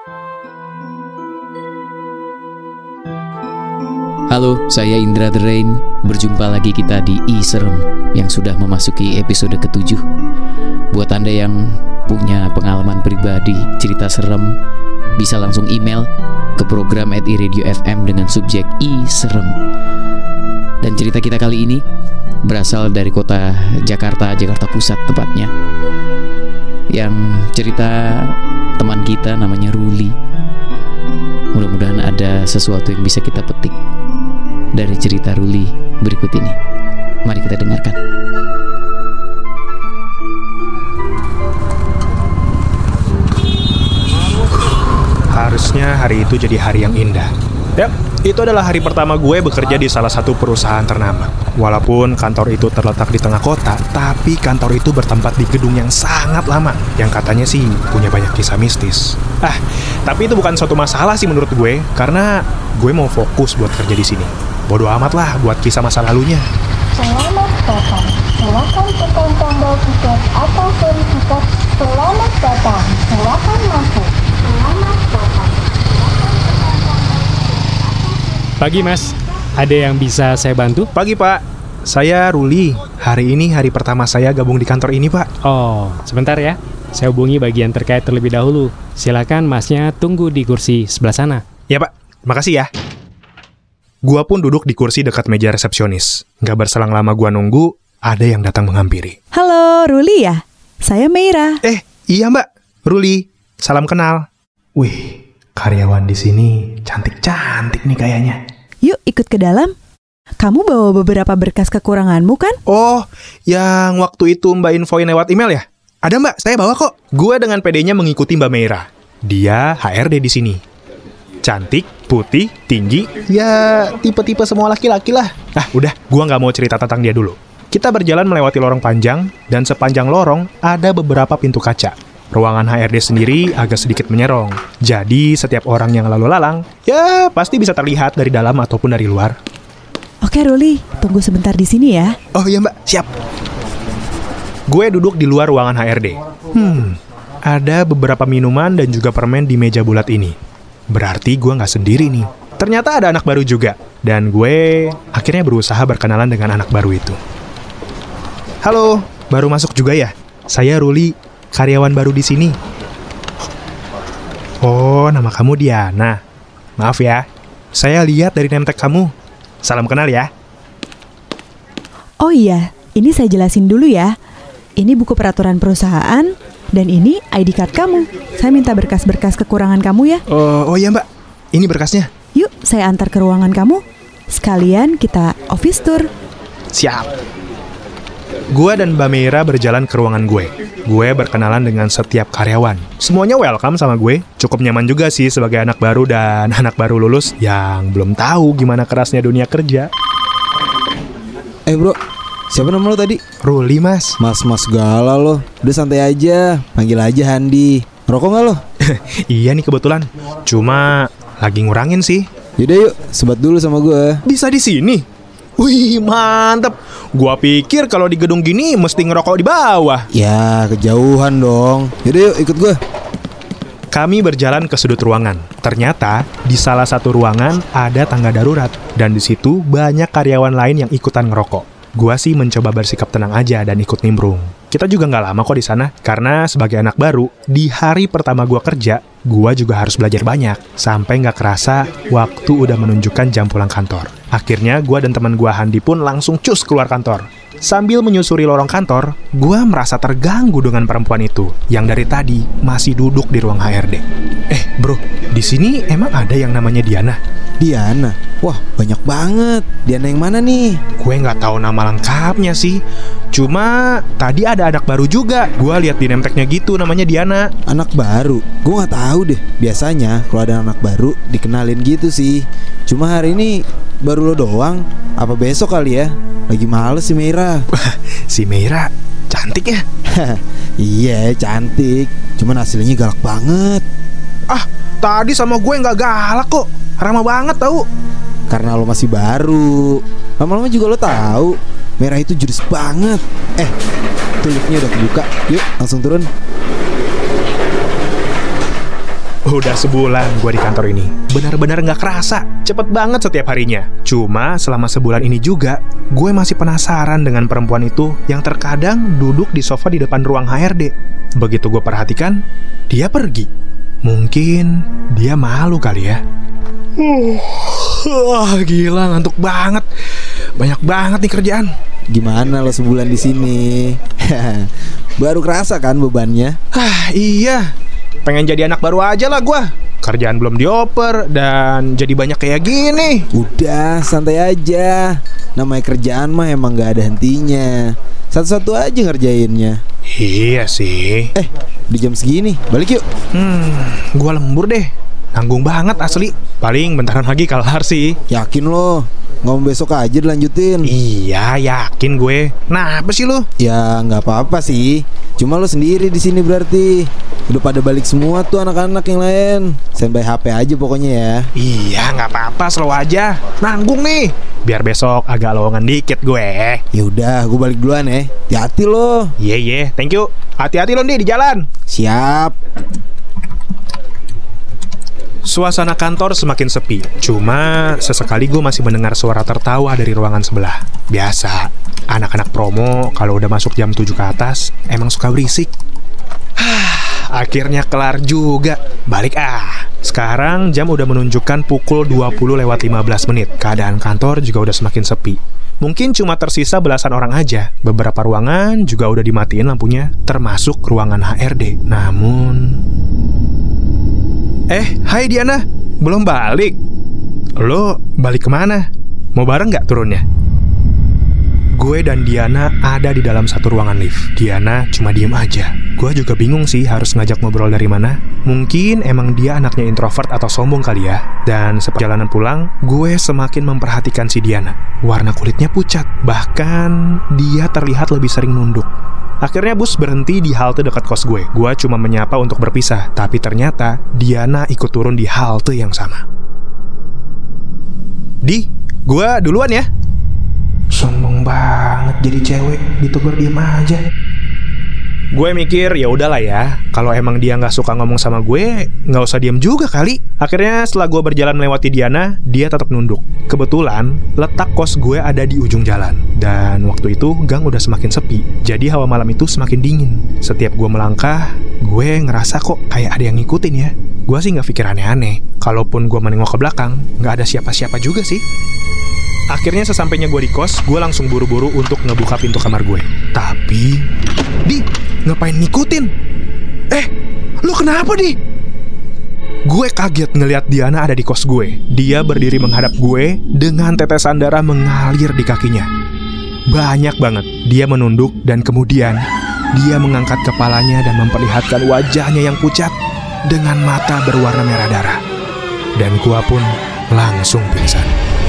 Halo, saya Indra The Rain. Berjumpa lagi kita di Serem yang sudah memasuki episode ke-7. Buat Anda yang punya pengalaman pribadi, cerita serem, bisa langsung email ke program @iRadio.fm dengan subjek Serem. Dan cerita kita kali ini berasal dari kota Jakarta Pusat tepatnya. Yang cerita teman kita namanya Ruli. Mudah-mudahan ada sesuatu yang bisa kita petik dari cerita Ruli berikut ini. Mari kita dengarkan. Harusnya hari itu jadi hari yang indah. Yap, itu adalah hari pertama gue bekerja di salah satu perusahaan ternama. Walaupun kantor itu terletak di tengah kota, tapi kantor itu bertempat di gedung yang sangat lama, yang katanya sih punya banyak kisah mistis. Tapi itu bukan suatu masalah sih menurut gue, karena gue mau fokus buat kerja di sini. Bodoh amat lah buat kisah masa lalunya. Selamat datang. Silakan tekan tombol tiket atau verifikat. Selamat datang. Silakan masuk. Selamat datang. Pagi Mas, ada yang bisa saya bantu? Pagi Pak, saya Ruli. Hari ini hari pertama saya gabung di kantor ini Pak. Oh, sebentar ya. Saya hubungi bagian terkait terlebih dahulu. Silakan Masnya tunggu di kursi sebelah sana. Ya Pak, makasih ya. Gua pun duduk di kursi dekat meja resepsionis. Gak berselang lama gua nunggu, ada yang datang menghampiri. Halo, Ruli ya? Saya Meira. Iya Mbak, Ruli. Salam kenal. Wih, karyawan di sini cantik-cantik nih kayaknya. Yuk ikut ke dalam. Kamu bawa beberapa berkas kekuranganmu kan? Oh, yang waktu itu Mbak infoin lewat email ya? Ada Mbak, saya bawa kok. Gue dengan pedenya mengikuti Mbak Meira. Dia HRD di sini. Cantik, putih, tinggi, ya tipe-tipe semua laki-laki lah. Udah, gue nggak mau cerita tentang dia dulu. Kita berjalan melewati lorong panjang, dan sepanjang lorong ada beberapa pintu kaca. Ruangan HRD sendiri agak sedikit menyerong. Jadi setiap orang yang lalu lalang, ya pasti bisa terlihat dari dalam ataupun dari luar. Oke Ruli, tunggu sebentar di sini ya. Oh iya Mbak, siap. Gue duduk di luar ruangan HRD. Ada beberapa minuman dan juga permen di meja bulat ini. Berarti gue nggak sendiri nih. Ternyata ada anak baru juga. Dan gue akhirnya berusaha berkenalan dengan anak baru itu. Halo, baru masuk juga ya? Saya Ruli, karyawan baru di sini. Oh, nama kamu Diana. Maaf ya, saya lihat dari name tag kamu. Salam kenal ya. Oh iya, ini saya jelasin dulu ya. Ini buku peraturan perusahaan, dan ini ID card kamu. Saya minta berkas-berkas kekurangan kamu ya. Oh iya Mbak, ini berkasnya. Yuk, saya antar ke ruangan kamu. Sekalian kita office tour. Siap. Gua dan Mbak Meira berjalan ke ruangan gue. Gue berkenalan dengan setiap karyawan. Semuanya welcome sama gue. Cukup nyaman juga sih sebagai anak baru dan anak baru lulus yang belum tahu gimana kerasnya dunia kerja. Bro, siapa nama lo tadi? Ruli Mas. Mas segala lo. Udah santai aja, panggil aja Handi. Rokok gak lo? Iya nih kebetulan. Cuma lagi ngurangin sih. Yaudah yuk, sebat dulu sama gue. Bisa di sini? Wih, mantep. Gua pikir kalau di gedung gini mesti ngerokok di bawah. Ya, kejauhan dong. Yaudah yuk, ikut gue. Kami berjalan ke sudut ruangan. Ternyata di salah satu ruangan ada tangga darurat. Dan di situ banyak karyawan lain yang ikutan ngerokok. Gua sih mencoba bersikap tenang aja dan ikut nimbrung. Kita juga nggak lama kok di sana. Karena sebagai anak baru, di hari pertama gua kerja, gua juga harus belajar banyak. Sampai nggak kerasa waktu udah menunjukkan jam pulang kantor. Akhirnya gua dan teman gua Handi pun langsung cus keluar kantor. Sambil menyusuri lorong kantor, gua merasa terganggu dengan perempuan itu yang dari tadi masih duduk di ruang HRD. Bro, di sini emang ada yang namanya Diana? Diana? Wah, banyak banget. Diana yang mana nih? Gue nggak tahu nama lengkapnya sih. Cuma tadi ada anak baru juga. Gue lihat di name tag-nya gitu namanya Diana. Anak baru? Gue nggak tahu deh. Biasanya kalau ada anak baru dikenalin gitu sih. Cuma hari ini baru lo doang. Apa besok kali ya? Lagi males si Meira. Si Meira cantik ya? Iya, cantik. Cuman hasilnya galak banget. Tadi sama gue nggak galak kok. Ramah banget tau. Karena lo masih baru. Lama-lama juga lo tahu Meira itu jurus banget. Tuh liftnya udah kebuka. Yuk langsung turun. Udah sebulan gue di kantor ini. Benar-benar gak kerasa. Cepet banget setiap harinya. Cuma selama sebulan ini juga, gue masih penasaran dengan perempuan itu yang terkadang duduk di sofa di depan ruang HRD. Begitu gue perhatikan, dia pergi. Mungkin dia malu kali ya. Gila, ngantuk banget. Banyak banget nih kerjaan. Gimana lo sebulan di sini? Baru kerasa kan bebannya? Iya. Pengen jadi anak baru aja lah gue. Kerjaan belum dioper dan jadi banyak kayak gini. Udah, santai aja. Namanya kerjaan mah emang gak ada hentinya. Satu-satu aja ngerjainnya. Iya sih. Di jam segini, balik yuk. Gue lembur deh. Nanggung banget asli. Paling bentaran lagi kelar sih. Yakin lo? Ngomong besok aja dilanjutin. Iya, yakin gue. Nah, apa sih lo? Ya nggak apa-apa sih. Cuma lo sendiri di sini berarti. Udah pada balik semua tuh anak-anak yang lain. Standby HP aja pokoknya ya. Iya, nggak apa-apa, slow aja. Nanggung nih. Biar besok agak lowongan dikit gue. Ya udah, gue balik duluan ya. Hati-hati lo. Iya, thank you. Hati-hati lo nih di jalan. Siap. Suasana kantor semakin sepi. Cuma sesekali gue masih mendengar suara tertawa dari ruangan sebelah. Biasa, anak-anak promo kalau udah masuk jam 7 ke atas emang suka berisik. Akhirnya kelar juga. Balik Sekarang jam udah menunjukkan pukul 20:15. Keadaan kantor juga udah semakin sepi. Mungkin cuma tersisa belasan orang aja. Beberapa ruangan juga udah dimatiin lampunya, termasuk ruangan HRD. Namun... hai Diana, belum balik? Lo balik kemana? Mau bareng gak turunnya? Gue dan Diana ada di dalam satu ruangan lift. Diana cuma diem aja. Gue juga bingung sih harus ngajak ngobrol dari mana. Mungkin emang dia anaknya introvert atau sombong kali ya. Dan seperjalanan pulang, gue semakin memperhatikan si Diana. Warna kulitnya pucat. Bahkan dia terlihat lebih sering nunduk. Akhirnya bus berhenti di halte dekat kos gue. Gue cuma menyapa untuk berpisah. Tapi ternyata Diana ikut turun di halte yang sama. Di, gue duluan ya. Sombong banget jadi cewek, ditegur diem aja. Gue mikir ya udahlah ya, kalau emang dia nggak suka ngomong sama gue, nggak usah diem juga kali. Akhirnya setelah gue berjalan melewati Diana, dia tetap nunduk. Kebetulan letak kos gue ada di ujung jalan, dan waktu itu gang udah semakin sepi. Jadi hawa malam itu semakin dingin. Setiap gue melangkah, gue ngerasa kok kayak ada yang ngikutin ya. Gue sih nggak pikir aneh-aneh. Kalaupun gue menengok ke belakang, nggak ada siapa-siapa juga sih. Akhirnya sesampainya gue di kos, gue langsung buru-buru untuk ngebuka pintu kamar gue. Tapi, Di, ngapain ngikutin? Lu kenapa, Di? Gue kaget ngelihat Diana ada di kos gue. Dia berdiri menghadap gue dengan tetesan darah mengalir di kakinya. Banyak banget. Dia menunduk dan kemudian dia mengangkat kepalanya dan memperlihatkan wajahnya yang pucat dengan mata berwarna merah darah. Dan gue pun langsung pingsan.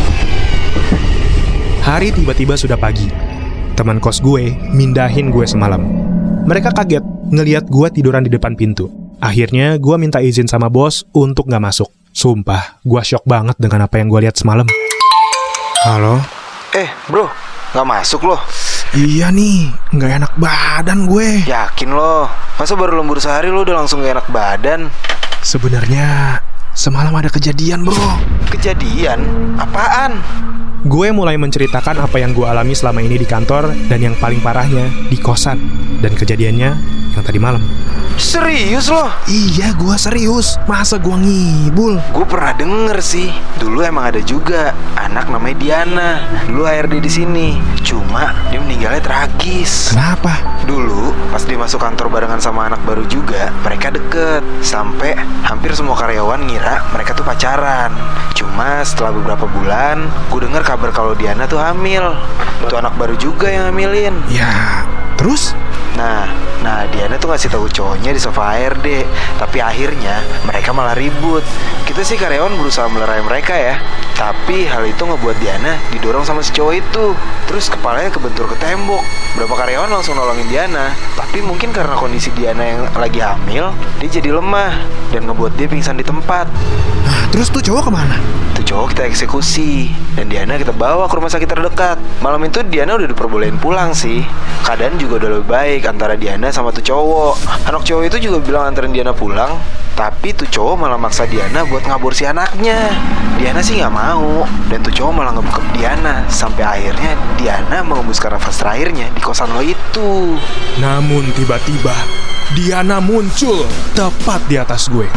Hari tiba-tiba sudah pagi. Teman kos gue mindahin gue semalam. Mereka kaget ngelihat gue tiduran di depan pintu. Akhirnya gue minta izin sama bos untuk gak masuk. Sumpah, gue shock banget dengan apa yang gue lihat semalam. Halo? Bro, gak masuk loh? Iya nih, gak enak badan gue. Yakin loh? Masa baru lembur sehari lo udah langsung gak enak badan? Sebenarnya semalam ada kejadian, bro. Kejadian? Apaan? Gue mulai menceritakan apa yang gue alami selama ini di kantor dan yang paling parahnya di kosan. Dan kejadiannya yang tadi malam. Serius loh? Iya, gue serius. Masa gue ngibul? Gue pernah denger sih. Dulu emang ada juga anak namanya Diana. Dulu HRD di sini. Cuma dia meninggalnya tragis. Kenapa? Dulu pas dia masuk kantor barengan sama anak baru juga, mereka deket. Sampai hampir semua karyawan ngira mereka tuh pacaran. Cuma setelah beberapa bulan, gue denger kabar kalau Diana tuh hamil. Itu anak baru juga yang hamilin. Ya, terus? Nah Diana tuh ngasih tahu cowoknya di sofa HRD. Tapi akhirnya mereka malah ribut. Kita sih karyawan berusaha melerai mereka ya. Tapi hal itu ngebuat Diana didorong sama si cowok itu. Terus kepalanya kebentur ke tembok. Berapa karyawan langsung nolongin Diana. Tapi mungkin karena kondisi Diana yang lagi hamil, dia jadi lemah dan ngebuat dia pingsan di tempat. Nah, terus tuh cowok kemana? Tuh cowok kita eksekusi dan Diana kita bawa ke rumah sakit terdekat. Malam itu Diana udah diperbolehin pulang sih. Keadaan juga udah lebih baik antara Diana sama tuh cowok. Anak cowok itu juga bilang anterin Diana pulang. Tapi tuh cowok malah maksa Diana buat ngaborsi anaknya. Diana sih nggak mau, dan tuh cowok malah ngebekep Diana. Sampai akhirnya Diana mengembuskan nafas terakhirnya di kosan lo itu. Namun tiba-tiba Diana muncul tepat di atas gue.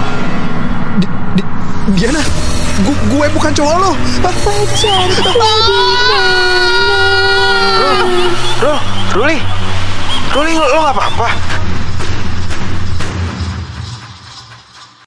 Diana, gue bukan cowok lo. Ruli, lo nggak apa-apa?